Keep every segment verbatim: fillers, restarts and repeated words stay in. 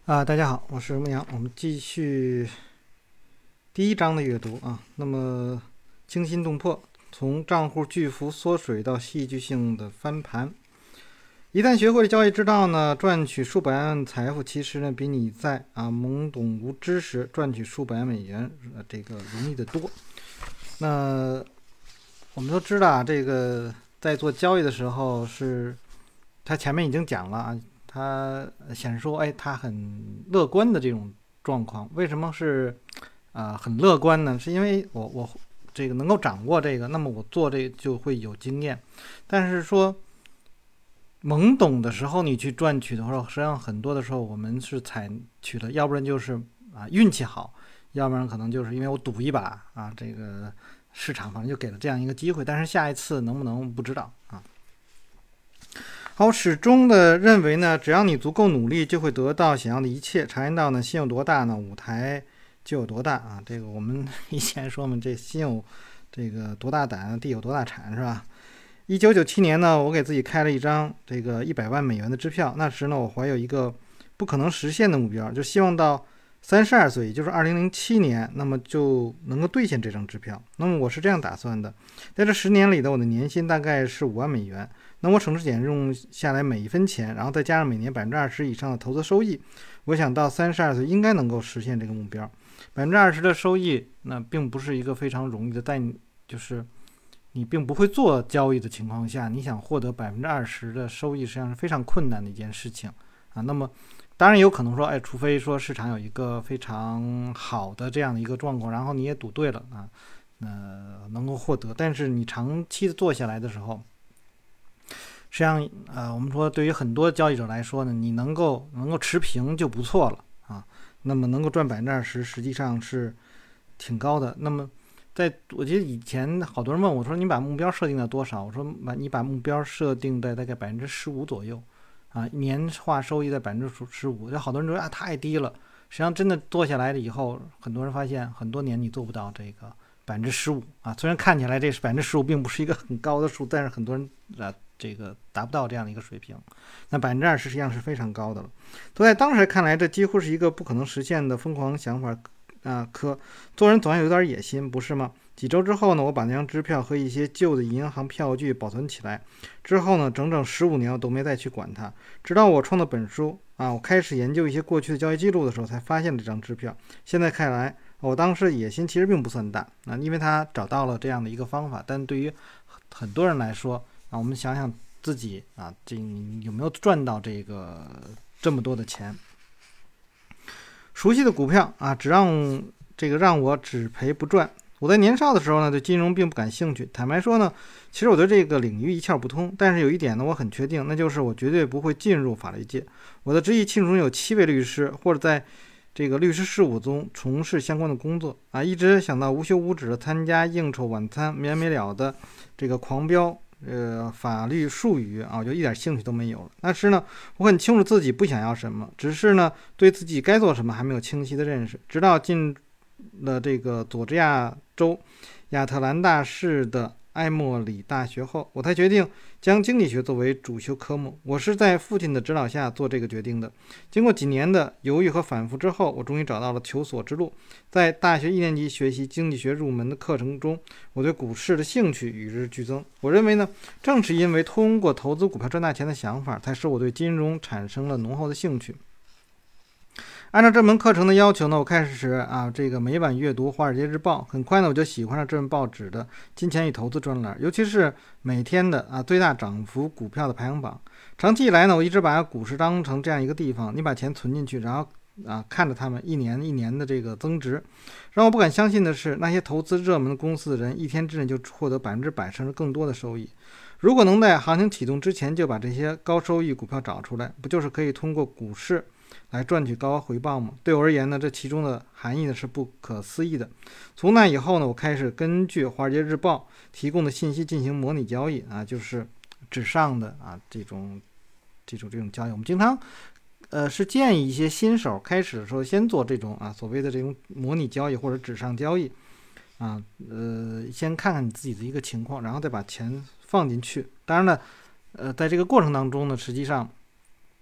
啊，大家好，我是牧羊，我们继续第一章的阅读啊。那么惊心动魄，从账户巨幅缩水到戏剧性的翻盘。一旦学会了交易之道呢，赚取数百万财富，其实呢比你在啊懵懂无知时赚取数百万美元呃这个容易得多。那我们都知道啊，这个在做交易的时候是，他前面已经讲了啊。他显示说，哎，他很乐观的这种状况，为什么是啊、呃、很乐观呢？是因为我我这个能够掌握这个，那么我做这个就会有经验。但是说懵懂的时候你去赚取的话，实际上很多的时候我们是采取的，要不然就是啊运气好，要不然可能就是因为我赌一把啊，这个市场反正就给了这样一个机会，但是下一次能不能不知道啊。好，始终的认为呢，只要你足够努力，就会得到想要的一切。常言道呢，心有多大呢，舞台就有多大啊。这个我们以前说嘛，这心有这个多大胆，地有多大产，是吧？一九九七年呢，我给自己开了一张这个一百万美元的支票。那时呢，我怀有一个不可能实现的目标，就希望到三十二岁，也就是二零零七年，那么就能够兑现这张支票。那么我是这样打算的，在这十年里的我的年薪大概是五万美元。那我省吃俭用下来每一分钱，然后再加上每年百分之二十以上的投资收益，我想到三十二岁应该能够实现这个目标。百分之二十的收益，那并不是一个非常容易的，在就是你并不会做交易的情况下，你想获得百分之二十的收益，实际上是非常困难的一件事情啊。那么当然有可能说，哎，除非说市场有一个非常好的这样的一个状况，然后你也赌对了啊，呃，能够获得。但是你长期的做下来的时候，实际上，呃，我们说对于很多交易者来说呢，你能够能够持平就不错了啊。那么能够赚百分之二十，实际上是挺高的。那么，在我记得以前好多人问我说，你把目标设定在多少？我说，把你把目标设定在大概百分之十五左右啊，年化收益在百分之十五。就好多人说啊，太低了。实际上，真的做下来了以后，很多人发现很多年你做不到这个百分之十五啊。虽然看起来这是百分之十五，并不是一个很高的数，但是很多人啊。这个达不到这样的一个水平，那百分之二十实际上是非常高的了。都在当时看来，这几乎是一个不可能实现的疯狂想法啊！可做人总要有点野心，不是吗？几周之后呢，我把那张支票和一些旧的银行票据保存起来。之后呢，整整十五年我都没再去管它，直到我创的本书啊，我开始研究一些过去的交易记录的时候，才发现了这张支票。现在看来，我当时的野心其实并不算大啊，因为他找到了这样的一个方法。但对于很多人来说，啊，我们想想自己啊，这有没有赚到这个这么多的钱？熟悉的股票啊，只让这个让我只赔不赚。我在年少的时候呢，对金融并不感兴趣。坦白说呢，其实我对这个领域一窍不通。但是有一点呢，我很确定，那就是我绝对不会进入法律界。我的直系亲属中有七位律师，或者在这个律师事务中从事相关的工作啊，一直想到无休无止的参加应酬晚餐，没完没了的这个狂飙呃法律术语啊，我就一点兴趣都没有了。但是呢，我很清楚自己不想要什么，只是呢对自己该做什么还没有清晰的认识。直到进了这个佐治亚州亚特兰大市的埃默里大学后，我才决定将经济学作为主修科目。我是在父亲的指导下做这个决定的。经过几年的犹豫和反复之后，我终于找到了求索之路。在大学一年级学习经济学入门的课程中，我对股市的兴趣与日俱增。我认为呢，正是因为通过投资股票赚大钱的想法，才使我对金融产生了浓厚的兴趣。按照这门课程的要求呢，我开始啊，这个每晚阅读《华尔街日报》。很快呢，我就喜欢上这份报纸的金钱与投资专栏，尤其是每天的啊最大涨幅股票的排行榜。长期以来呢，我一直把股市当成这样一个地方，你把钱存进去，然后啊看着他们一年一年的这个增值。让我不敢相信的是，那些投资热门公司的人，一天之内就获得百分之百甚至更多的收益。如果能在行情启动之前就把这些高收益股票找出来，不就是可以通过股市来赚取高回报吗？对我而言呢，这其中的含义呢是不可思议的。从那以后呢，我开始根据《华尔街日报》提供的信息进行模拟交易啊，就是纸上的啊这种这种这种交易。我们经常呃是建议一些新手开始的时候先做这种啊所谓的这种模拟交易或者纸上交易啊，呃先看看你自己的一个情况，然后再把钱放进去。当然了，呃在这个过程当中呢，实际上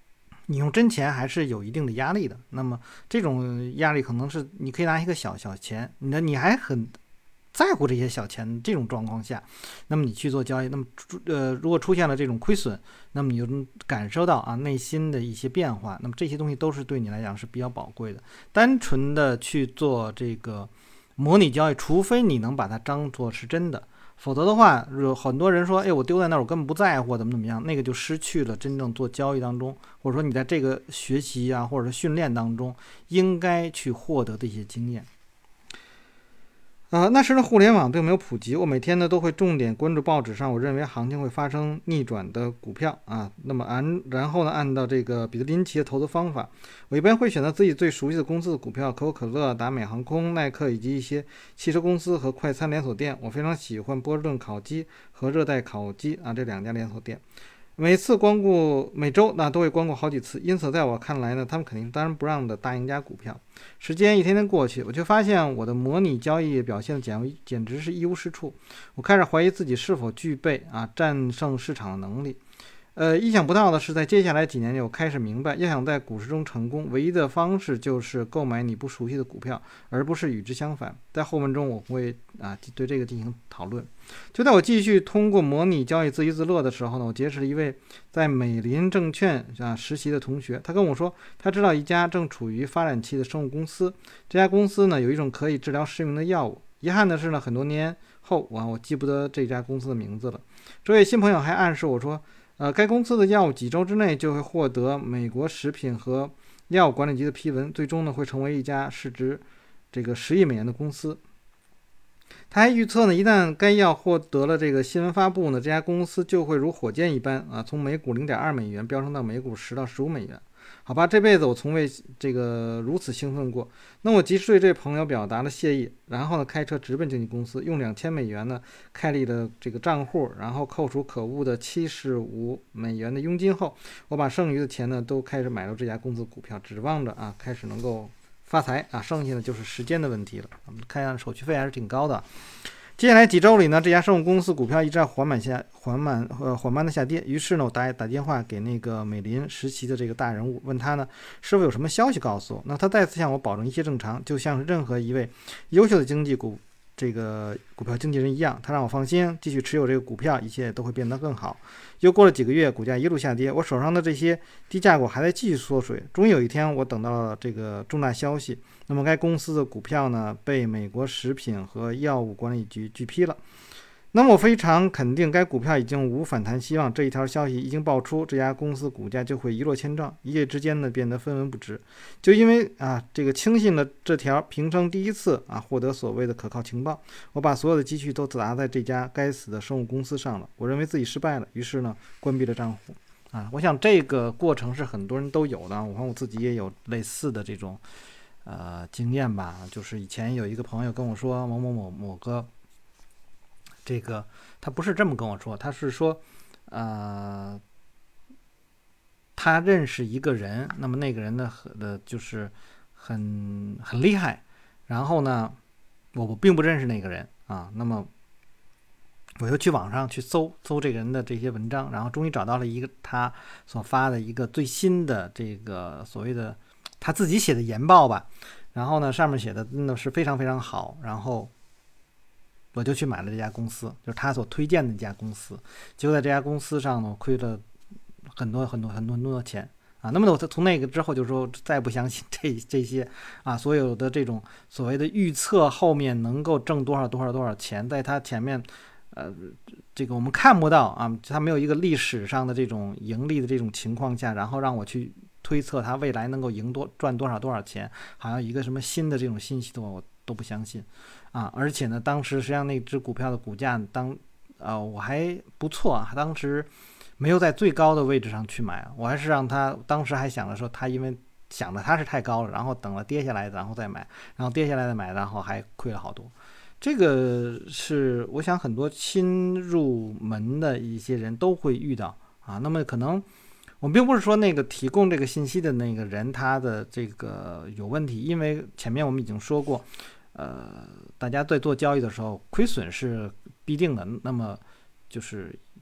你用真钱还是有一定的压力的。那么这种压力可能是你可以拿一个小小钱，你你还很在乎这些小钱，这种状况下，那么你去做交易，那么呃，如果出现了这种亏损，那么你就能感受到啊内心的一些变化，那么这些东西都是对你来讲是比较宝贵的。单纯的去做这个模拟交易，除非你能把它当做是真的，否则的话，有很多人说，哎，我丢在那儿，我根本不在乎，怎么怎么样，那个就失去了真正做交易当中，或者说你在这个学习啊，或者是训练当中应该去获得的一些经验。呃，那时的互联网并没有普及，我每天呢都会重点关注报纸上我认为行情会发生逆转的股票啊。那么按然后呢，按照这个彼得林奇的投资方法，我一般会选择自己最熟悉的公司的股票，可口可乐、达美航空、耐克以及一些汽车公司和快餐连锁店。我非常喜欢波士顿烤鸡和热带烤鸡啊这两家连锁店。每次光顾每周那都会光顾好几次，因此在我看来呢，他们肯定是当仁不让的大赢家股票。时间一天天过去，我就发现我的模拟交易表现的简简直是一无是处。我开始怀疑自己是否具备啊战胜市场的能力。呃，意想不到的是，在接下来几年里，我开始明白，要想在股市中成功，唯一的方式就是购买你不熟悉的股票，而不是与之相反。在后文中，我会啊对这个进行讨论。就在我继续通过模拟交易自娱自乐的时候呢，我结识了一位在美林证券啊实习的同学。他跟我说，他知道一家正处于发展期的生物公司，这家公司呢有一种可以治疗失明的药物。遗憾的是呢，很多年后啊，我记不得这家公司的名字了。这位新朋友还暗示我说，呃，该公司的药物几周之内就会获得美国食品和药物管理局的批文，最终呢会成为一家市值这个十亿美元的公司。他还预测呢，一旦该药获得了这个新闻发布呢，这家公司就会如火箭一般啊，从每股零点二美元飙升到每股十到十五美元。好吧，这辈子我从未这个如此兴奋过。那我及时对这位朋友表达了谢意，然后呢，开车直奔经纪公司，用两千美元呢开立了这个账户，然后扣除可恶的七十五美元的佣金后，我把剩余的钱呢都开始买入这家公司股票，指望着啊开始能够发财啊，剩下的就是时间的问题了。我们看一下手续费还是挺高的。接下来几周里呢，这家生物公司股票一直在缓慢下缓慢呃缓慢的下跌。于是呢，我打打电话给那个美林实习的这个大人物，问他呢是否有什么消息告诉我。那他再次向我保证一切正常，就像是任何一位优秀的经济股这个股票经纪人一样，他让我放心，继续持有这个股票，一切都会变得更好。又过了几个月，股价一路下跌，我手上的这些低价股还在继续缩水。终于有一天，我等到了这个重大消息。那么该公司的股票呢，被美国食品和药物管理局拒批了。那么我非常肯定，该股票已经无反弹希望。这一条消息一经爆出，这家公司股价就会一落千丈，一夜之间呢变得分文不值。就因为啊这个轻信了这条平生第一次啊获得所谓的可靠情报，我把所有的积蓄都砸在这家该死的生物公司上了。我认为自己失败了，于是呢关闭了账户。啊，我想这个过程是很多人都有的，我看我自己也有类似的这种呃经验吧。就是以前有一个朋友跟我说，某某某某个。这个他不是这么跟我说，他是说，呃，他认识一个人，那么那个人呢，的就是很很厉害，然后呢，我我并不认识那个人啊，那么我又去网上去搜搜这个人的这些文章，然后终于找到了一个他所发的一个最新的这个所谓的他自己写的研报吧，然后呢，上面写的真的是非常非常好，然后。我就去买了这家公司，就是他所推荐的一家公司。结果在这家公司上呢，我亏了很多很多很多很多钱啊。那么我从那个之后就说再不相信这这些啊，所有的这种所谓的预测后面能够挣多少多少多少钱，在他前面，呃，这个我们看不到啊，他没有一个历史上的这种盈利的这种情况下，然后让我去推测他未来能够赢多赚多少多少钱，好像一个什么新的这种信息的话，我都不相信。啊，而且呢，当时实际上那只股票的股价当，呃，我还不错啊，当时没有在最高的位置上去买，我还是让他当时还想着说他因为想着它是太高了，然后等了跌下来然后再买，然后跌下来再买，然后还亏了好多。这个是我想很多新入门的一些人都会遇到啊。那么可能我们并不是说那个提供这个信息的那个人他的这个有问题，因为前面我们已经说过。呃，大家在做交易的时候，亏损是必定的。那么，就是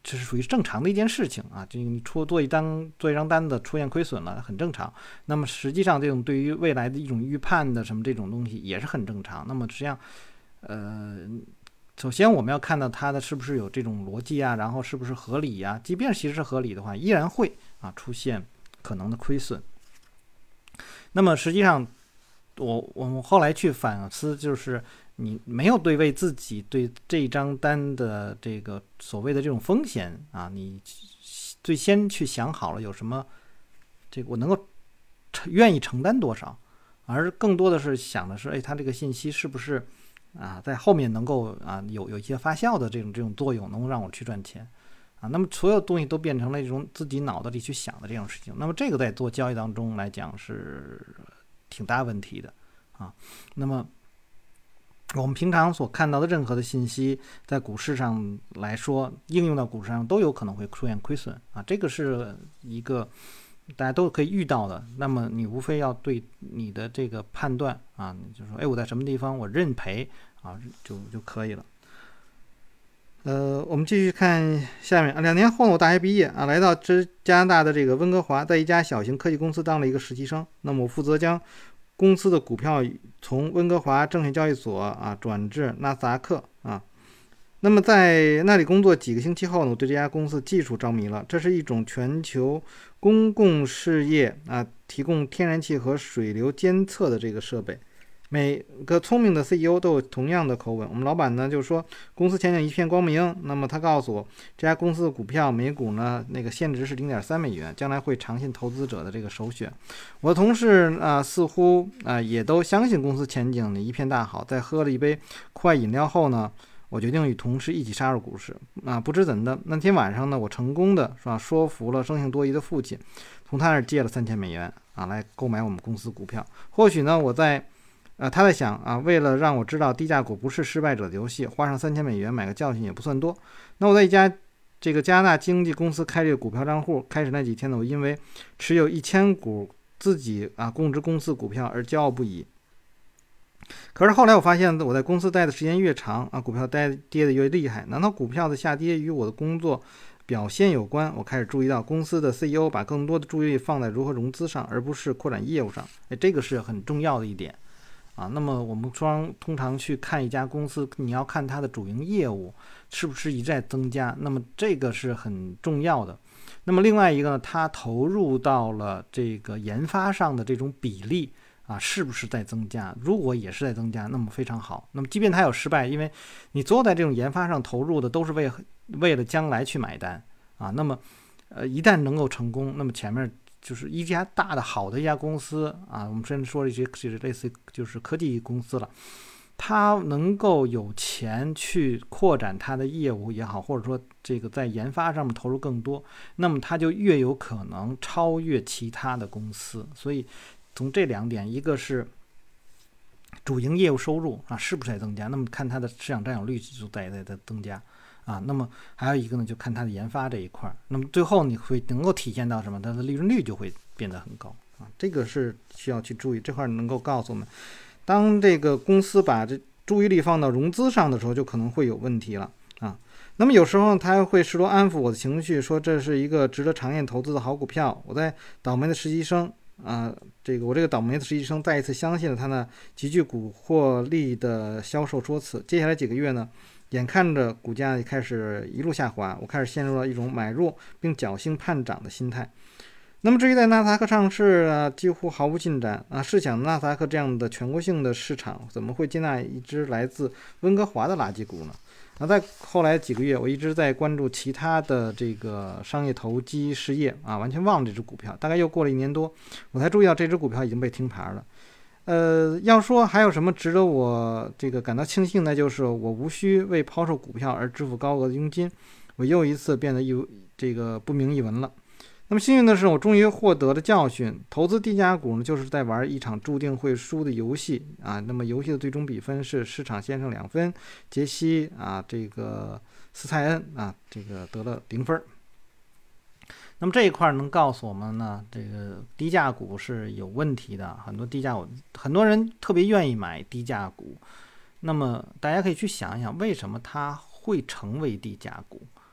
这是属于正常的一件事情啊，就你出做一单做一张单子出现亏损了，很正常。那么实际上这种对于未来的一种预判的什么这种东西也是很正常。那么实际上，呃，首先我们要看到它的是不是有这种逻辑啊，然后是不是合理啊？即便其实是合理的话，依然会啊出现可能的亏损。那么实际上，我我们后来去反思，就是你没有对位自己对这一张单的这个所谓的这种风险啊，你最先去想好了有什么，这个我能够愿意承担多少，而更多的是想的是，哎，它这个信息是不是啊在后面能够啊有有一些发酵的这种这种作用，能够让我去赚钱啊。那么所有东西都变成了一种自己脑子里去想的这种事情，那么这个在做交易当中来讲是挺大问题的啊。那么我们平常所看到的任何的信息，在股市上来说，应用到股市上都有可能会出现亏损啊，这个是一个大家都可以遇到的。那么你无非要对你的这个判断啊，你就说，哎，我在什么地方我认赔啊，就就可以了。呃，我们继续看下面啊，两年后呢，我大学毕业啊，来到这加拿大的这个温哥华，在一家小型科技公司当了一个实习生。那么我负责将公司的股票从温哥华证券交易所啊转至纳斯达克啊。那么在那里工作几个星期后呢，我对这家公司技术着迷了。这是一种全球公共事业啊提供天然气和水流监测的这个设备。每个聪明的 C E O 都有同样的口吻。我们老板呢就说公司前景一片光明。那么他告诉我，这家公司的股票每股呢那个现值是 零点三美元，将来会长线投资者的这个首选。我的同事啊、呃、似乎啊、呃、也都相信公司前景一片大好。在喝了一杯酷爱饮料后呢，我决定与同事一起杀入股市啊。不知怎的，那天晚上呢，我成功的是吧说服了生性多疑的父亲，从他那儿借了三千美元啊来购买我们公司股票。或许呢，我在呃，他在想啊，为了让我知道低价股不是失败者的游戏，花上三千美元买个教训也不算多。那我在一家这个加拿大经纪公司开这个股票账户，开始那几天呢，我因为持有一千股自己啊供职公司股票而骄傲不已。可是后来我发现，我在公司待的时间越长啊，股票待跌得越厉害。难道股票的下跌与我的工作表现有关？我开始注意到，公司的 C E O 把更多的注意力放在如何融资上，而不是扩展业务上。哎，这个是很重要的一点。啊，那么我们说通常去看一家公司，你要看它的主营业务是不是一再增加，那么这个是很重要的。那么另外一个呢，它投入到了这个研发上的这种比例啊，是不是在增加？如果也是在增加，那么非常好。那么即便它有失败，因为你所有在这种研发上投入的都是为为了将来去买单啊。那么呃，一旦能够成功，那么前面就是一家大的好的一家公司啊，我们甚至说一些就是类似就是科技公司了，它能够有钱去扩展它的业务也好，或者说这个在研发上面投入更多，那么它就越有可能超越其他的公司。所以从这两点，一个是主营业务收入啊是不是在增加，那么看它的市场占有率就在在在增加。啊，那么还有一个呢，就看它的研发这一块。那么最后你会能够体现到什么？它的利润率就会变得很高啊，这个是需要去注意。这块能够告诉我们，当这个公司把这注意力放到融资上的时候，就可能会有问题了啊。那么有时候他会试图安抚我的情绪，说这是一个值得长线投资的好股票。我在倒霉的实习生啊，这个我这个倒霉的实习生再一次相信了他那极具蛊惑力的销售说辞。接下来几个月呢？眼看着股价开始一路下滑，我开始陷入了一种买入并侥幸盼涨的心态。那么至于在纳斯达克上市啊，几乎毫无进展啊。试想纳斯达克这样的全国性的市场，怎么会接纳一只来自温哥华的垃圾股呢？那在后来几个月，我一直在关注其他的这个商业投机事业啊，完全忘了这只股票。大概又过了一年多，我才注意到这只股票已经被停牌了。呃，要说还有什么值得我这个感到庆幸的，就是我无需为抛售股票而支付高额的佣金，我又一次变得一这个不明一文了。那么幸运的是，我终于获得了教训。投资低价股呢，就是在玩一场注定会输的游戏啊。那么游戏的最终比分是市场先生两分，杰西啊这个斯泰恩啊这个得了零分。那么这一块能告诉我们呢，这个低价股是有问题的，很多低价股，很多人特别愿意买低价股。那么大家可以去想一想，为什么它会成为低价股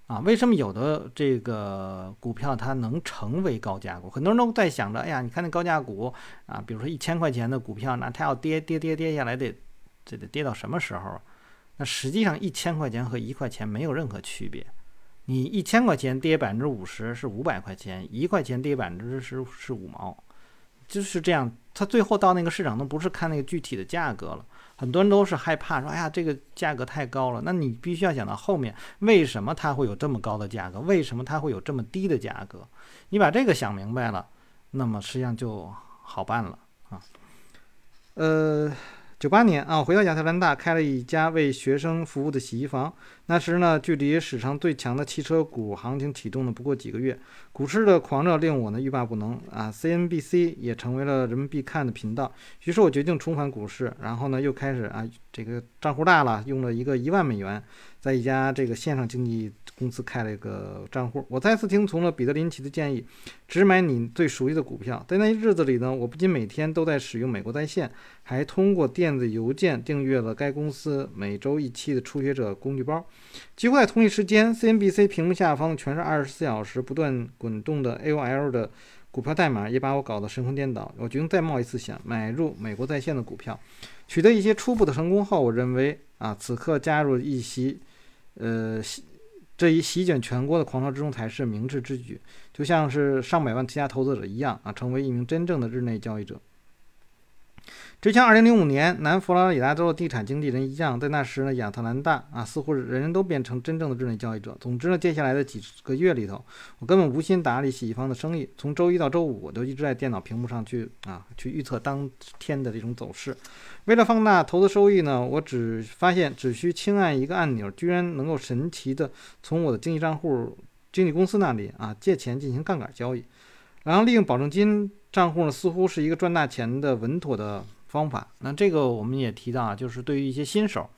啊，为什么有的这个股票它能成为高价股？很多人都在想着，哎呀，你看那高价股啊，比如说一千块钱的股票，那它要跌跌跌跌下来得这得跌到什么时候？那实际上一千块钱和一块钱没有任何区别。你一千块钱跌百分之五十是五百块钱，一块钱跌百分之十是五毛，就是这样。它最后到那个市场都不是看那个具体的价格了。很多人都是害怕说，哎呀，这个价格太高了。那你必须要想到后面为什么它会有这么高的价格，为什么它会有这么低的价格？你把这个想明白了，那么实际上就好办了啊。呃。九八年啊，回到亚特兰大，开了一家为学生服务的洗衣房。那时呢，距离史上最强的汽车股行情启动呢不过几个月，股市的狂热令我呢欲罢不能啊。C N B C 也成为了人们必看的频道。于是我决定重返股市，然后呢又开始啊，这个账户大了，用了一个一万美元，在一家这个线上经纪公司开了一个账户。我再次听从了彼得林奇的建议，只买你最熟悉的股票。在那些日子里呢，我不仅每天都在使用美国在线，还通过电子邮件订阅了该公司每周一期的初学者工具包。几乎在同一时间 C N B C 屏幕下方全是二十四小时不断滚动的 A O L 的股票代码，也把我搞得神魂颠倒。我决定再冒一次险，买入美国在线的股票。取得一些初步的成功后，我认为啊，此刻加入一席呃这一席卷全国的狂潮之中才是明智之举，就像是上百万其他投资者一样啊，成为一名真正的日内交易者。就像二零零五年南佛罗里达州的地产经纪人一样，在那时呢，亚特兰大啊，似乎人人都变成真正的日内交易者。总之呢，接下来的几个月里头，我根本无心打理洗衣房的生意。从周一到周五，我都一直在电脑屏幕上去啊，去预测当天的这种走势。为了放大投资收益呢，我只发现只需轻按一个按钮，居然能够神奇的从我的经纪账户、经纪公司那里啊借钱进行杠杆交易。然后利用保证金账户呢，似乎是一个赚大钱的稳妥的方法。那这个我们也提到啊，就是对于一些新手，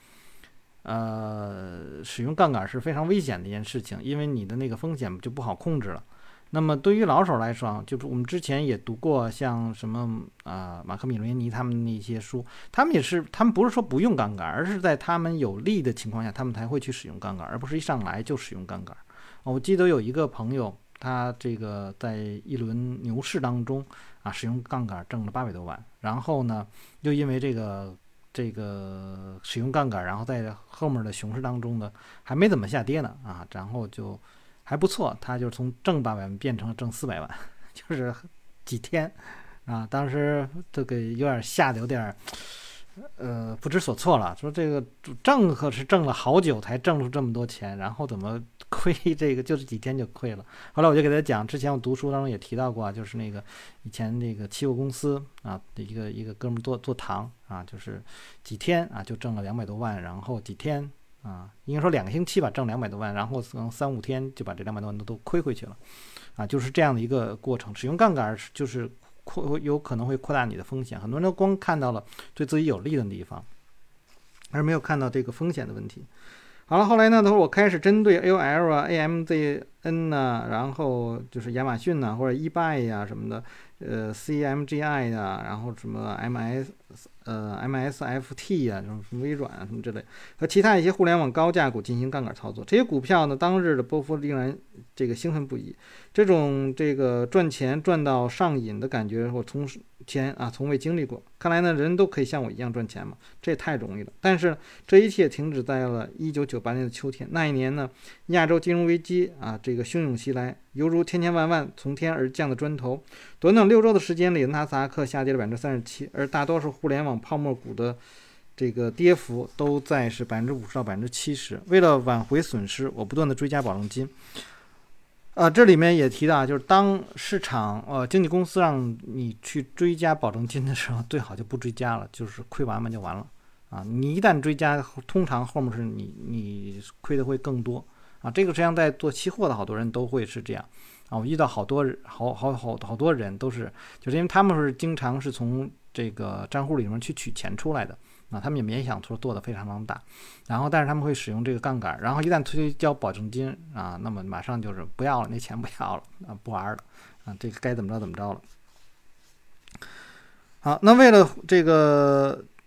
呃，使用杠杆是非常危险的一件事情，因为你的那个风险就不好控制了。那么对于老手来说，就是我们之前也读过像什么啊、呃、马克米伦尼他们那些书，他们也是，他们不是说不用杠杆，而是在他们有利的情况下，他们才会去使用杠杆，而不是一上来就使用杠杆。我记得有一个朋友，他这个在一轮牛市当中啊，使用杠杆挣了八百多万，然后呢，又因为这个这个使用杠杆，然后在后面的熊市当中呢，还没怎么下跌呢啊，然后就还不错，他就从挣八百万变成了挣四百万，就是几天啊，当时这个有点吓得有点呃不知所措了，说这个挣可是挣了好久才挣出这么多钱，然后怎么亏这个就是几天就亏了。后来我就给他讲，之前我读书当中也提到过，就是那个以前那个期货公司啊，一个一个哥们做做糖啊，就是几天啊就挣了两百多万，然后几天啊，应该说两个星期吧挣两百多万，然后可能三五天就把这两百多万都都亏回去了啊，就是这样的一个过程。使用杠杆就是扩有可能会扩大你的风险，很多人都光看到了对自己有利的地方，而没有看到这个风险的问题。好了，后来呢，我开始针对 A O L 啊、A M Z N 呐、啊，然后就是亚马逊呐、啊，或者 eBay 呀、啊、什么的，呃 C M G I 呀、啊，然后什么 M S 呃 M S F T 呀、啊，什么什么微软啊什么之类，和其他一些互联网高价股进行杠杆操作。这些股票呢，当日的波幅令人这个兴奋不已。这种这个赚钱赚到上瘾的感觉，我从前啊从未经历过。看来呢，人都可以像我一样赚钱嘛，这也太容易了。但是这一切停止在了一九九八年的秋天。那一年呢，亚洲金融危机啊，这个汹涌袭来，犹如千千万万从天而降的砖头。短短六周的时间里，纳斯达克下跌了百分之三十七，而大多数互联网泡沫股的这个跌幅都在是百分之五十到百分之七十。为了挽回损失，我不断的追加保证金。呃，这里面也提到，就是当市场呃经纪公司让你去追加保证金的时候，最好就不追加了，就是亏完嘛就完了啊。你一旦追加，通常后面是你你亏的会更多啊。这个实际上在做期货的好多人都会是这样啊。我遇到好多好好好好多人都是，就是因为他们是经常是从这个账户里面去取钱出来的。啊，他们也没想说做的非常常大，然后但是他们会使用这个杠杆，然后一旦推交保证金啊，那么马上就是不要了，那钱不要了啊，不玩了啊，这个该怎么着怎么着了。好，那为了这个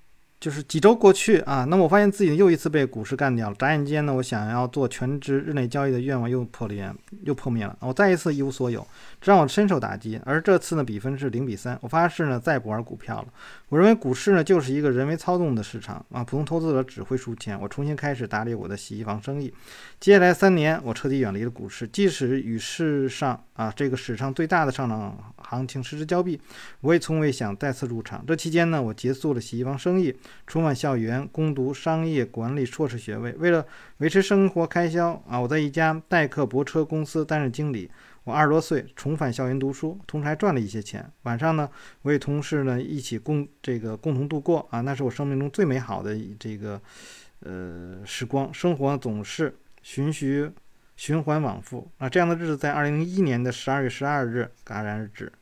就是几周过去啊，那么我发现自己又一次被股市干掉了。眨眼间呢，我想要做全职日内交易的愿望又破裂，又破灭了。我再一次一无所有，这让我深受打击。而这次呢，比分是零比三，我发誓呢再不玩股票了。我认为股市呢就是一个人为操纵的市场啊，普通投资者只会输钱。我重新开始打理我的洗衣房生意。接下来三年，我彻底远离了股市，即使与世上啊这个史上最大的上涨行情失之交臂，我也从未想再次入场。这期间呢，我结束了洗衣房生意，重返校园攻读商业管理硕士学位。为了维持生活开销啊，我在一家代客泊车公司担任经理。我二十多岁重返校园读书，同时还赚了一些钱。晚上呢，我与同事呢一起共这个共同度过啊，那是我生命中最美好的这个呃时光。生活总是循序循环往复啊，这样的日子在二零零一年的十二月十二日戛然而止。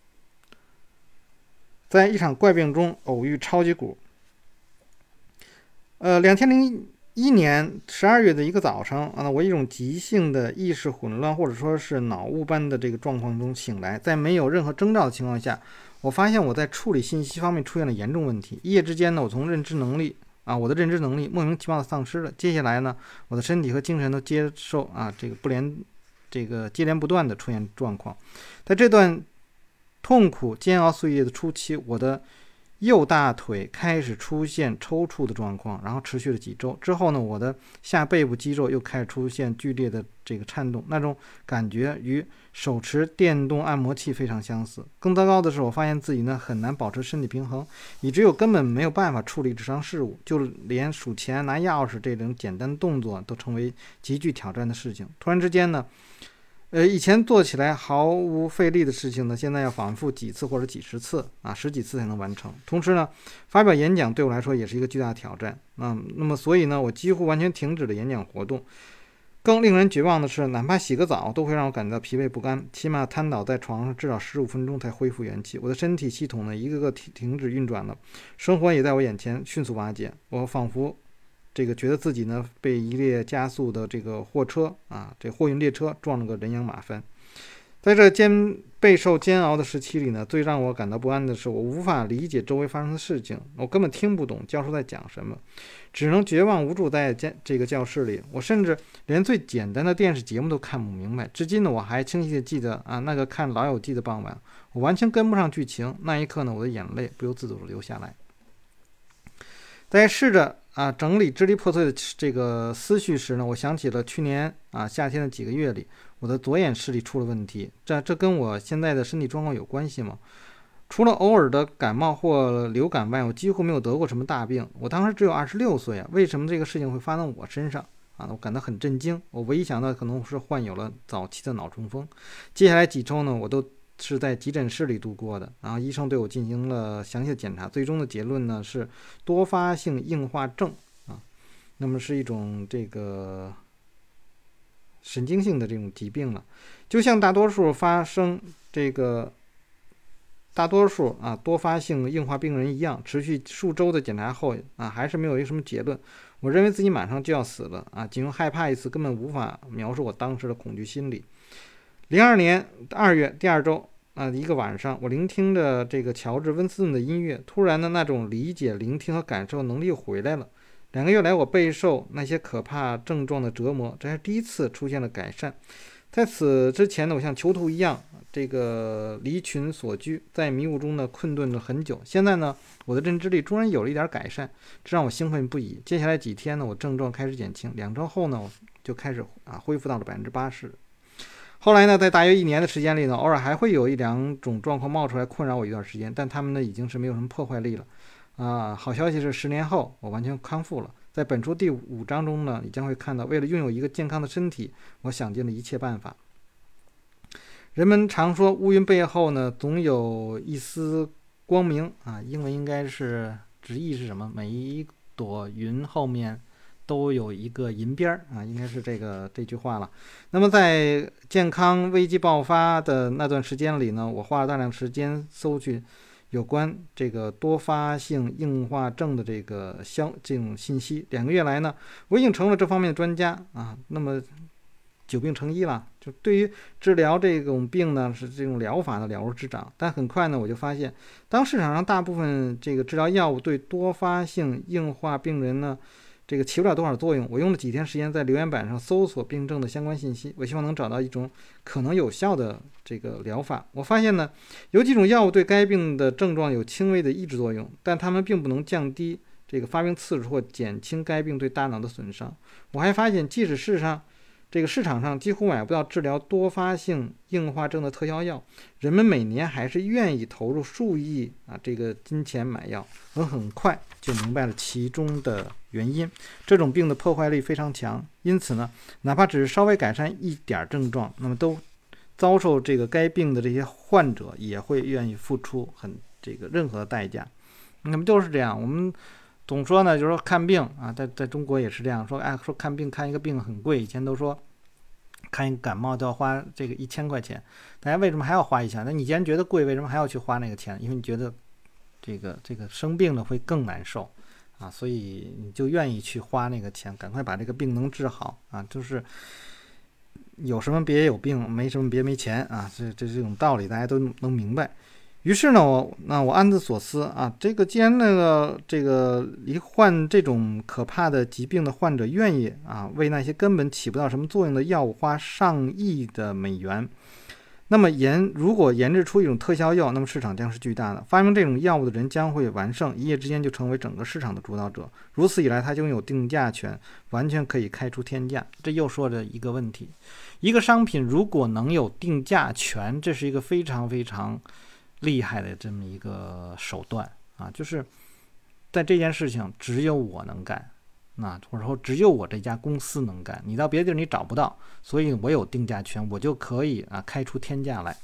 在一场怪病中偶遇超级股。呃，两千零一年十二月的一个早上啊，我一种急性的意识混乱或者说是脑雾般的这个状况中醒来，在没有任何征兆的情况下，我发现我在处理信息方面出现了严重问题。一夜之间呢，我从认知能力啊，我的认知能力莫名其妙的丧失了。接下来呢，我的身体和精神都接受啊这个不连这个接连不断的出现状况。在这段痛苦煎熬岁月的初期，我的右大腿开始出现抽搐的状况，然后持续了几周之后呢，我的下背部肌肉又开始出现剧烈的这个颤动，那种感觉与手持电动按摩器非常相似。更糟糕的是，我发现自己呢很难保持身体平衡，以至于我根本没有办法处理日常事务，就连数钱拿钥匙这种简单的动作都成为极具挑战的事情。突然之间呢呃，以前做起来毫无费力的事情呢，现在要反复几次或者几十次啊，十几次才能完成。同时呢，发表演讲对我来说也是一个巨大的挑战啊。那么，所以呢，我几乎完全停止了演讲活动。更令人绝望的是，哪怕洗个澡都会让我感到疲惫不甘，起码瘫倒在床上至少十五分钟才恢复元气。我的身体系统呢，一个个停停止运转了，生活也在我眼前迅速瓦解。我仿佛这个觉得自己呢被一列加速的这个货车啊，这货运列车撞了个人仰马翻。在这煎备受煎熬的时期里呢，最让我感到不安的是，我无法理解周围发生的事情，我根本听不懂教授在讲什么，只能绝望无助在这个教室里。我甚至连最简单的电视节目都看不明白。至今呢，我还清晰的记得啊，那个看《老友记》的傍晚，我完全跟不上剧情。那一刻呢，我的眼泪不由自主的流下来。在试着啊整理支离破碎的这个思绪时呢，我想起了去年啊夏天的几个月里，我的左眼视力出了问题。这这跟我现在的身体状况有关系吗？除了偶尔的感冒或流感外，我几乎没有得过什么大病。我当时只有二十六岁啊，为什么这个事情会发生在我身上啊？我感到很震惊。我唯一想到可能是患有了早期的脑中风。接下来几周呢，我都是在急诊室里度过的，然后医生对我进行了详细的检查，最终的结论呢是多发性硬化症啊，那么是一种这个神经性的这种疾病了。就像大多数发生这个大多数啊多发性硬化病人一样，持续数周的检查后啊，还是没有一个什么结论。我认为自己马上就要死了啊，仅用害怕一词根本无法描述我当时的恐惧心理。零二年二月第二周啊，一个晚上，我聆听着这个乔治温斯顿的音乐，突然的那种理解、聆听和感受能力又回来了。两个月来，我备受那些可怕症状的折磨，这是第一次出现了改善。在此之前呢，我像囚徒一样，这个离群索居，在迷雾中呢困顿了很久。现在呢，我的认知力终然有了一点改善，这让我兴奋不已。接下来几天呢，我症状开始减轻，两周后呢，我就开始啊恢复到了百分之八十。后来呢，在大约一年的时间里呢，偶尔还会有一两种状况冒出来困扰我一段时间，但他们呢已经是没有什么破坏力了。啊，好消息是，十年后我完全康复了。在本书第五章中呢，你将会看到，为了拥有一个健康的身体，我想尽了一切办法。人们常说，乌云背后呢，总有一丝光明啊。英文应该是直译是什么？每一朵云后面都有一个银边儿啊，应该是这个这句话了。那么在健康危机爆发的那段时间里呢，我花了大量时间搜取有关这个多发性硬化症的这个消这种信息。两个月来呢，我已经成了这方面的专家啊。那么久病成医了。就对于治疗这种病呢，是这种疗法的了如指掌。但很快呢，我就发现，当市场上大部分这个治疗药物对多发性硬化病人呢，这个起不了多少作用。我用了几天时间在留言板上搜索病症的相关信息，我希望能找到一种可能有效的这个疗法。我发现呢，有几种药物对该病的症状有轻微的抑制作用，但它们并不能降低这个发病次数或减轻该病对大脑的损伤。我还发现，即使世上这个市场上几乎买不到治疗多发性硬化症的特效药，人们每年还是愿意投入数亿啊这个金钱买药。我很快就明白了其中的原因。这种病的破坏力非常强，因此呢，哪怕只是稍微改善一点症状，那么都遭受这个该病的这些患者也会愿意付出很这个任何的代价。那么就是这样，我们总说呢，就是说看病啊，在在中国也是这样说，哎，说看病看一个病很贵，以前都说看一个感冒就要花这个一千块钱，大家为什么还要花一千？那你既然觉得贵，为什么还要去花那个钱？因为你觉得这个这个生病了会更难受啊，所以你就愿意去花那个钱，赶快把这个病能治好啊，就是有什么别有病，没什么别没钱啊，这这这种道理大家都能明白。于是呢，我那我暗自所思啊，这个既然那个这个罹患这种可怕的疾病的患者愿意啊为那些根本起不到什么作用的药物花上亿的美元，那么研如果研制出一种特效药，那么市场将是巨大的。发明这种药物的人将会完胜，一夜之间就成为整个市场的主导者。如此一来，他就拥有定价权，完全可以开出天价。这又说着一个问题：一个商品如果能有定价权，这是一个非常非常厉害的这么一个手段啊，就是在这件事情只有我能干，那或者说只有我这家公司能干，你到别的地儿你找不到，所以我有定价权，我就可以啊开出天价来。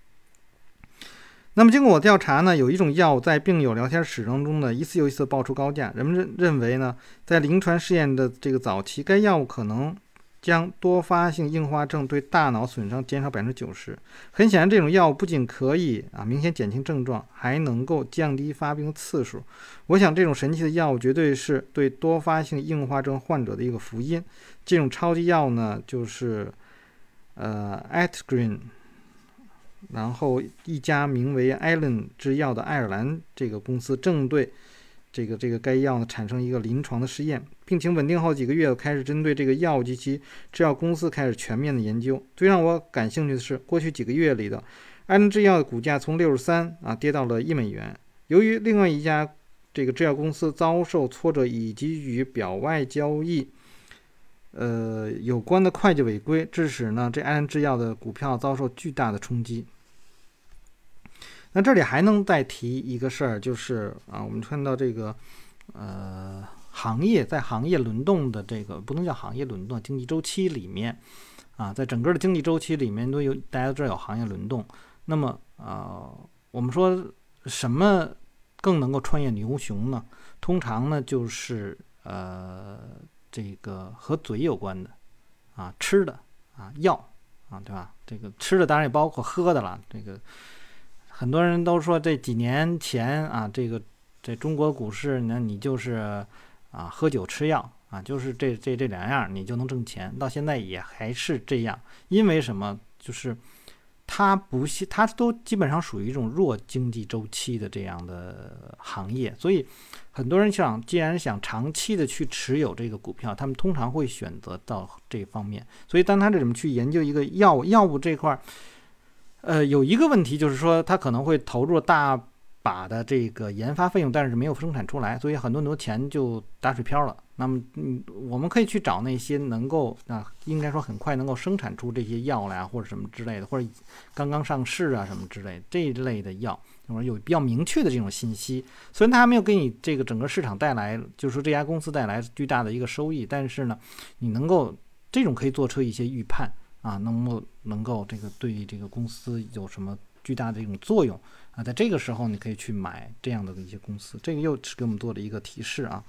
那么经过我调查呢，有一种药在病友聊天史当中呢一次又一次爆出高价，人们认认为呢，在临床试验的这个早期，该药物可能将多发性硬化症对大脑损伤减少 百分之九十。 很显然，这种药物不仅可以啊明显减轻症状，还能够降低发病次数。我想这种神奇的药物绝对是对多发性硬化症患者的一个福音。这种超级药呢，就是呃 Atgreen， 然后一家名为 Allen 制药的爱尔兰这个公司正对这个这个该药呢产生一个临床的试验，病情稳定后几个月，开始针对这个药物及其制药公司开始全面的研究。最让我感兴趣的是，过去几个月里的艾伦制药的股价从六十三啊跌到了一美元。由于另外一家这个制药公司遭受挫折以及与表外交易呃有关的会计违规，致使呢这艾伦制药的股票遭受巨大的冲击。那这里还能再提一个事儿，就是啊，我们看到这个呃行业在行业轮动的这个不能叫行业轮动，经济周期里面啊，在整个的经济周期里面都有大家都知道有行业轮动。那么呃，我们说什么更能够穿越牛熊呢？通常呢就是呃这个和嘴有关的啊，吃的啊，药啊，对吧？这个吃的当然也包括喝的了，这个。很多人都说这几年前啊，这个在中国股市呢，你就是啊喝酒吃药啊，就是这这这两样你就能挣钱。到现在也还是这样，因为什么？就是它不是它都基本上属于一种弱经济周期的这样的行业，所以很多人想，既然想长期的去持有这个股票，他们通常会选择到这方面。所以当他这怎么去研究一个药物药物这块。呃，有一个问题就是说，它可能会投入大把的这个研发费用，但是没有生产出来，所以很多很多钱就打水漂了。那么，嗯，我们可以去找那些能够啊，应该说很快能够生产出这些药来啊，或者什么之类的，或者刚刚上市啊什么之类的这一类的药，或者有比较明确的这种信息。虽然它还没有给你这个整个市场带来，就是说这家公司带来巨大的一个收益，但是呢，你能够这种可以做出一些预判。啊，能够能够这个对这个公司有什么巨大的一种作用啊？在这个时候，你可以去买这样的一些公司，这个又是给我们做了一个提示啊。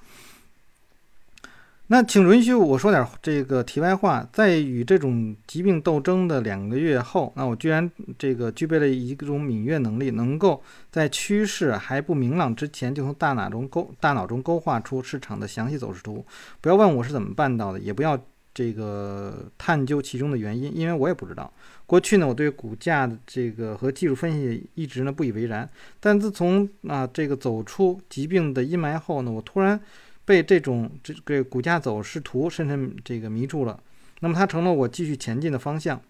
那请允许我说点这个题外话，在与这种疾病斗争的两个月后，那我居然这个具备了一种敏锐能力，能够在趋势还不明朗之前，就从大脑中勾大脑中勾画出市场的详细走势图。不要问我是怎么办到的，也不要这个探究其中的原因，因为我也不知道。过去呢，我对股价的这个和技术分析一直呢不以为然，但自从啊这个走出疾病的阴霾后呢，我突然被这种这个股价走势图深深这个迷住了。那么它成了我继续前进的方向。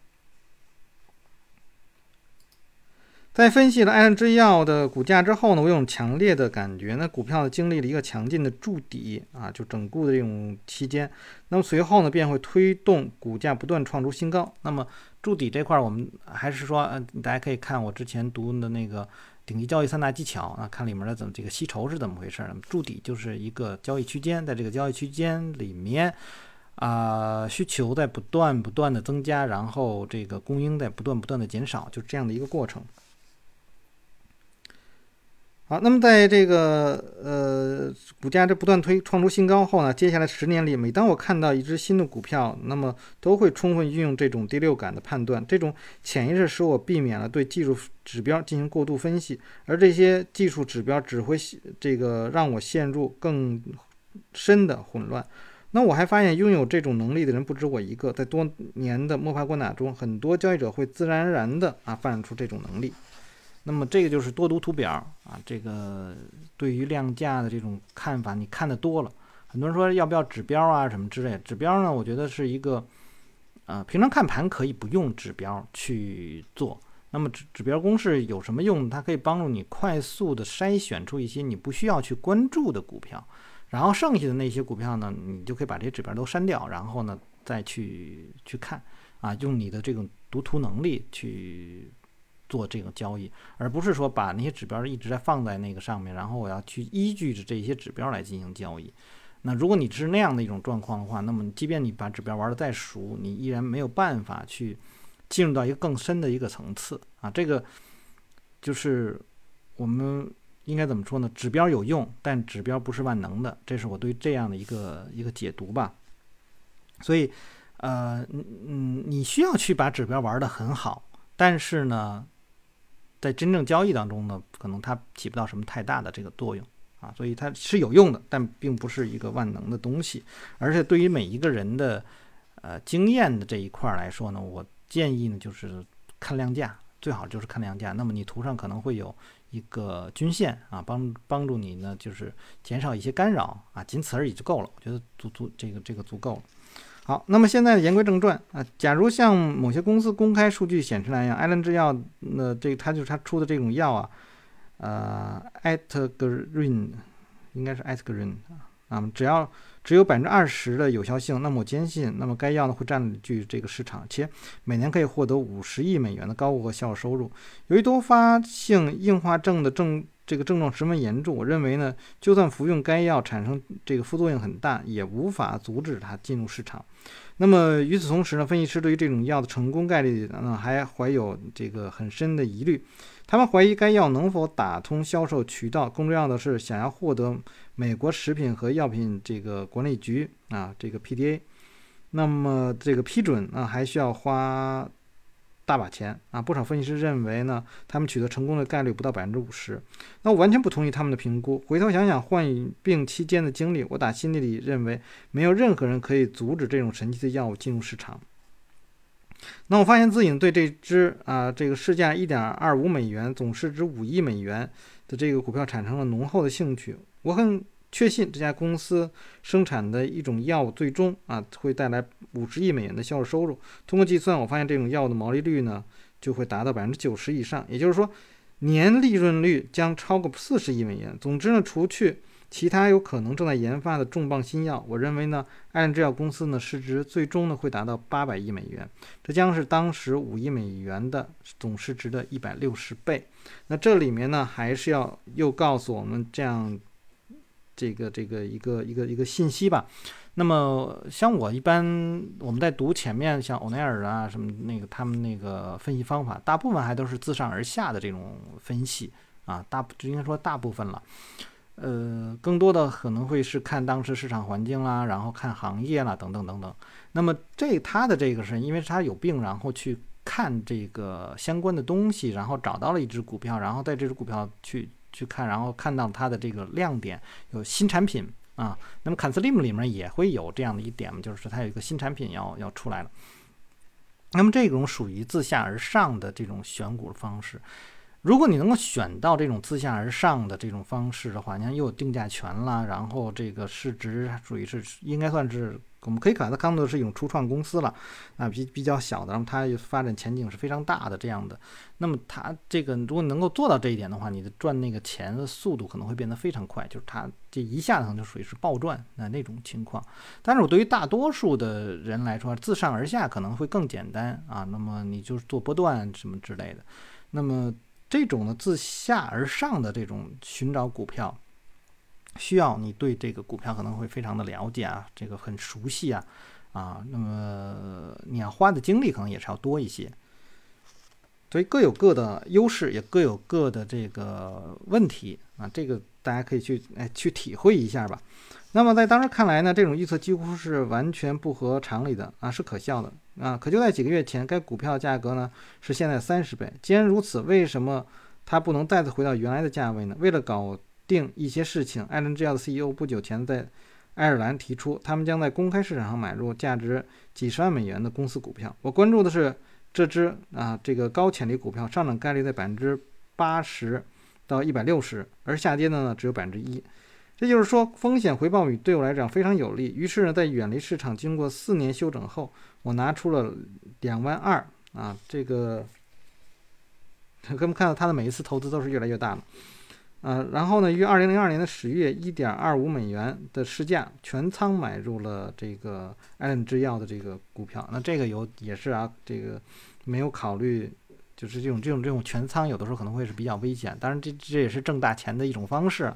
在分析了艾伦制药的股价之后呢，我有种强烈的感觉呢，股票呢经历了一个强劲的筑底啊，就整固的这种期间，那么随后呢便会推动股价不断创出新高。那么筑底这块我们还是说，呃，大家可以看我之前读的那个顶级交易三大技巧啊，看里面的怎么这个吸筹是怎么回事。筑底就是一个交易区间，在这个交易区间里面啊、呃，需求在不断不断的增加，然后这个供应在不断不断的减少，就这样的一个过程。好，那么在这个呃股价这不断推创出新高后呢，接下来十年里，每当我看到一只新的股票，那么都会充分运用这种第六感的判断，这种潜意识使我避免了对技术指标进行过度分析，而这些技术指标只会这个让我陷入更深的混乱。那我还发现，拥有这种能力的人不止我一个，在多年的摸爬滚打中，很多交易者会自然而然的啊发展出这种能力。那么这个就是多读图表啊，这个对于量价的这种看法，你看得多了，很多人说要不要指标啊什么之类的。指标呢，我觉得是一个，呃，平常看盘可以不用指标去做。那么指指标公式有什么用？它可以帮助你快速的筛选出一些你不需要去关注的股票，然后剩下的那些股票呢，你就可以把这些指标都删掉，然后呢再去去看啊，用你的这种读图能力去做这个交易，而不是说把那些指标一直在放在那个上面，然后我要去依据着这些指标来进行交易。那如果你是那样的一种状况的话，那么即便你把指标玩得再熟，你依然没有办法去进入到一个更深的一个层次啊。这个就是我们应该怎么说呢？指标有用，但指标不是万能的，这是我对这样的一个一个解读吧。所以，呃，嗯，你需要去把指标玩得很好，但是呢，在真正交易当中呢，可能它起不到什么太大的这个作用啊，所以它是有用的，但并不是一个万能的东西。而且对于每一个人的呃经验的这一块来说呢，我建议呢就是看量价，最好就是看量价。那么你图上可能会有一个均线啊，帮帮助你呢就是减少一些干扰啊，仅此而已就够了。我觉得足足这个这个足够了。好，那么现在言归正传啊，假如像某些公司公开数据显示那样，艾伦制药那这它就是它出的这种药啊，呃 e t g r i n 应该是 e t g r i n 啊，只要只有百分之二十的有效性，那么我坚信，那么该药呢会占据这个市场，且每年可以获得五十亿美元的高额销售收入。由于多发性硬化症的症这个症状十分严重，我认为呢，就算服用该药产生这个副作用很大，也无法阻止它进入市场。那么与此同时呢，分析师对于这种药的成功概率呢还怀有这个很深的疑虑。他们怀疑该药能否打通销售渠道，更重要的是想要获得美国食品和药品这个管理局啊，这个 P D A， 那么这个批准啊还需要花大把钱啊！不少分析师认为呢，他们取得成功的概率不到百分之五十。那我完全不同意他们的评估。回头想想患病期间的经历，我打心底里认为没有任何人可以阻止这种神奇的药物进入市场。那我发现自己对这支啊这个市价 一点二五美元、总市值五亿美元的这个股票产生了浓厚的兴趣。我很确信这家公司生产的一种药物最终啊会带来五十亿美元的销售收入。通过计算，我发现这种药物的毛利率呢就会达到百分之九十以上，也就是说，年利润率将超过四十亿美元。总之呢，除去其他有可能正在研发的重磅新药，我认为呢，艾伦制药公司呢市值最终呢会达到八百亿美元，这将是当时五亿美元的总市值的一百六十倍。那这里面呢，还是要又告诉我们这样。这个这个一个一个一个信息吧。那么像我一般我们在读前面像欧奈尔啊什么那个他们那个分析方法，大部分还都是自上而下的这种分析啊，大就应该说大部分了。呃，更多的可能会是看当时市场环境啦，然后看行业啦等等等等。那么这他的这个是因为他有病，然后去看这个相关的东西，然后找到了一只股票，然后在这只股票去。去看，然后看到它的这个亮点，有新产品啊。那么 CanSlim 里面也会有这样的一点，就是它有一个新产品要要出来了。那么这种属于自下而上的这种选股的方式，如果你能够选到这种自下而上的这种方式的话，你看又有定价权啦，然后这个市值属于是应该算是我们可以把它看作是一种初创公司了啊，比比较小的，然后它发展前景是非常大的这样的。那么它这个如果能够做到这一点的话，你的赚那个钱的速度可能会变得非常快，就是它这一下可能就属于是暴赚那那种情况。但是我对于大多数的人来说，自上而下可能会更简单啊，那么你就是做波段什么之类的。那么这种呢自下而上的这种寻找股票，需要你对这个股票可能会非常的了解啊，这个很熟悉啊，啊，那么你要花的精力可能也是要多一些。所以各有各的优势，也各有各的这个问题啊，这个大家可以去哎去体会一下吧。那么在当时看来呢，这种预测几乎是完全不合常理的啊，是可笑的啊。可就在几个月前，该股票价格呢是现在三十倍。既然如此，为什么它不能再次回到原来的价位呢？为了搞定一些事情，艾伦制药的 C E O 不久前在爱尔兰提出，他们将在公开市场上买入价值几十万美元的公司股票。我关注的是这只啊这个高潜力股票上涨概率在百分之八十到一百六十，而下跌的呢只有百分之一。这就是说，风险回报比对我来讲非常有利。于是呢，在远离市场经过四年休整后，我拿出了两万二啊，这个我们看到他的每一次投资都是越来越大了。呃，然后呢，于二零零二年的十月，一点二五美元的市价全仓买入了这个艾伦制药的这个股票。那这个有也是啊，这个没有考虑，就是这种这种这种全仓，有的时候可能会是比较危险。当然这，这这也是挣大钱的一种方式。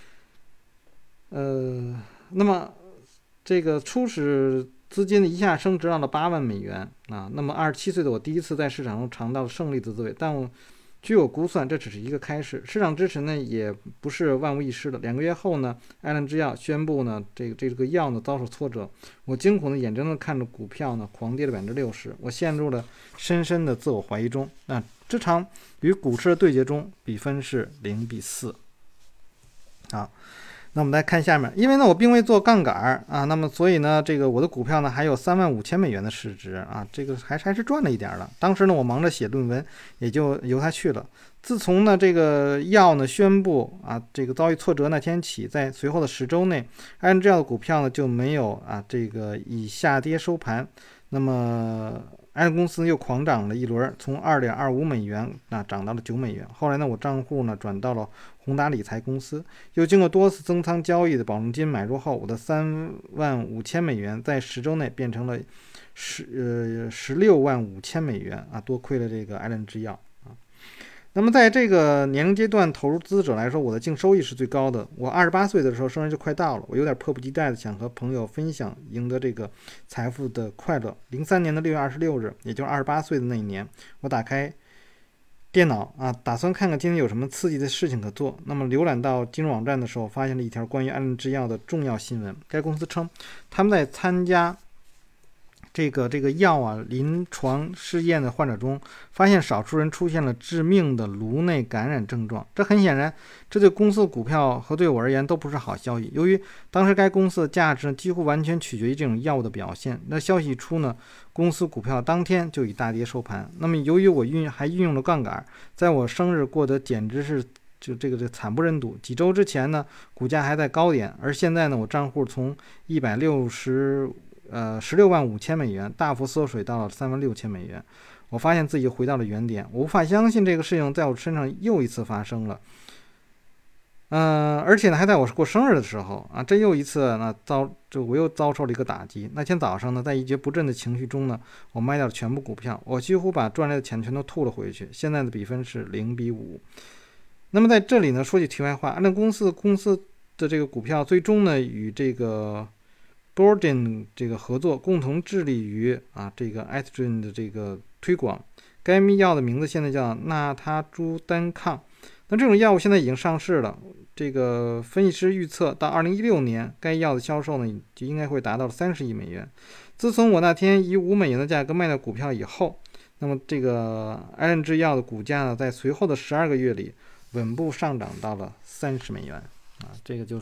呃，那么这个初始资金一下升值到了八万美元啊。那么二十七岁的我第一次在市场中尝到了胜利的滋味，但我据我估算，这只是一个开始。市场支持呢也不是万无一失的。两个月后呢，艾伦制药宣布呢，这个这个药呢遭受挫折。我惊恐的眼睁睁看着股票呢狂跌了百分之六十，我陷入了深深的自我怀疑中。那这场与股市的对决中，比分是零比四。好。那我们来看下面，因为呢我并未做杠杆啊，那么所以呢这个我的股票呢还有三万五千美元的市值啊，这个还还是赚了一点的。当时呢我忙着写论文，也就由它去了。自从呢这个药呢宣布啊这个遭遇挫折那天起，在随后的十周内，艾伦制药的股票呢就没有啊这个以下跌收盘。那么艾伦公司又狂涨了一轮，从 二点二五美元啊涨到了九美元。后来呢我账户呢转到了宏达理财公司，又经过多次增仓交易的保证金买入后，我的三万五千美元在十周内变成了十呃十六万五千美元啊，多亏了这个艾伦制药啊。那么在这个年龄阶段，投资者来说，我的净收益是最高的。我二十八岁的时候，生日就快到了，我有点迫不及待的想和朋友分享赢得这个财富的快乐。零三年的六月二十六日，也就是二十八岁的那一年，我打开电脑啊，打算看看今天有什么刺激的事情可做。那么浏览到金融网站的时候，发现了一条关于艾伦制药的重要新闻。该公司称，他们在参加这个这个药啊临床试验的患者中，发现少数人出现了致命的颅内感染症状。这很显然，这对公司的股票和对我而言都不是好消息。由于当时该公司的价值几乎完全取决于这种药物的表现，那消息一出呢，公司股票当天就以大跌收盘。那么由于我运还运用了杠杆，在我生日过得简直是就这个这惨不忍睹。几周之前呢，股价还在高点，而现在呢，我账户从一百六十呃十六万五千美元大幅缩水到了三万六千美元。我发现自己又回到了原点，我无法相信这个事情在我身上又一次发生了。嗯、呃，而且呢，还在我过生日的时候啊，这又一次呢遭，就我又遭受了一个打击。那天早上呢，在一蹶不振的情绪中呢，我卖掉了全部股票，我几乎把赚来的钱全都吐了回去。现在的比分是零比五。那么在这里呢，说句题外话，安乐公司公司的这个股票最终呢与这个 Borden 这个合作，共同致力于啊这个 Estrogen 的这个推广。该药的名字现在叫纳他珠单抗。那这种药物现在已经上市了。这个分析师预测，到二零一六年，该药的销售呢就应该会达到三十亿美元。自从我那天以五美元的价格卖掉股票以后，那么这个艾伦制药的股价呢，在随后的十二个月里稳步上涨到了三十美元啊，这个就是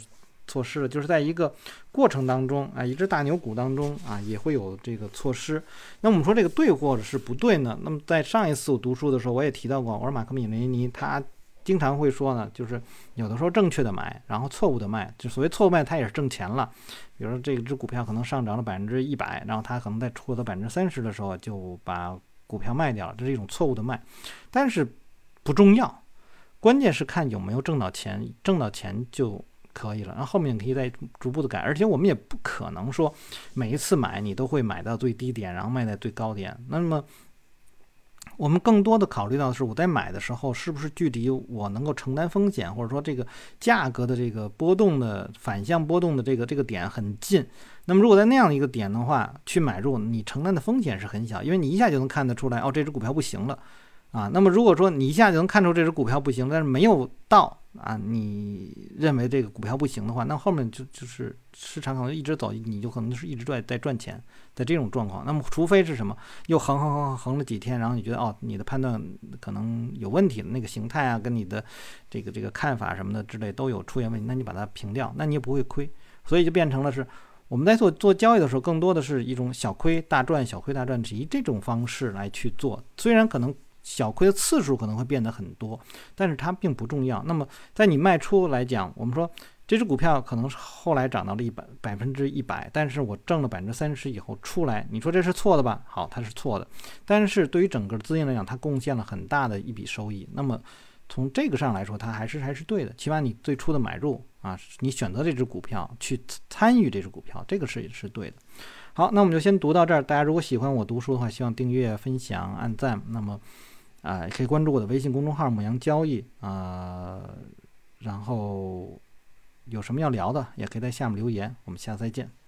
错失了，就是在一个过程当中啊，一只大牛股当中啊，也会有这个错失。那我们说这个对或者是不对呢？那么在上一次我读书的时候，我也提到过，我说马克米雷尼他经常会说呢，就是有的时候正确的买，然后错误的卖，就所谓错误卖，他也是挣钱了。比如说这只股票可能上涨了百分之一百，然后他可能在获得百分之三十的时候就把股票卖掉了，这是一种错误的卖，但是不重要，关键是看有没有挣到钱，挣到钱就可以了，然后后面可以再逐步的改，而且我们也不可能说每一次买你都会买到最低点，然后卖在最高点。那么我们更多的考虑到的是，我在买的时候是不是距离我能够承担风险，或者说这个价格的这个波动的反向波动的这个这个点很近。那么如果在那样的一个点的话去买入，你承担的风险是很小，因为你一下就能看得出来，哦，这只股票不行了啊。那么如果说你一下就能看出这只股票不行，但是没有到啊，你认为这个股票不行的话，那后面就就是市场可能一直走，你就可能是一直在在赚钱，在这种状况。那么除非是什么，又横横横横了几天，然后你觉得哦，你的判断可能有问题，那个形态啊，跟你的这个这个看法什么的之类都有出现问题，那你把它平掉，那你也不会亏。所以就变成了是我们在做做交易的时候，更多的是一种小亏大赚，小亏大赚，以这种方式来去做。虽然可能小亏的次数可能会变得很多，但是它并不重要。那么在你卖出来讲，我们说这只股票可能是后来涨到了一百百分之一百，但是我挣了百分之三十以后出来，你说这是错的吧？好，它是错的。但是对于整个资金来讲，它贡献了很大的一笔收益。那么从这个上来说，它还是还是对的。起码你最初的买入啊，你选择这只股票去参与这只股票，这个是是对的。好，那我们就先读到这儿。大家如果喜欢我读书的话，希望订阅、分享、按赞。那么啊、呃，可以关注我的微信公众号“母羊交易”啊、呃，然后有什么要聊的，也可以在下面留言。我们下次再见。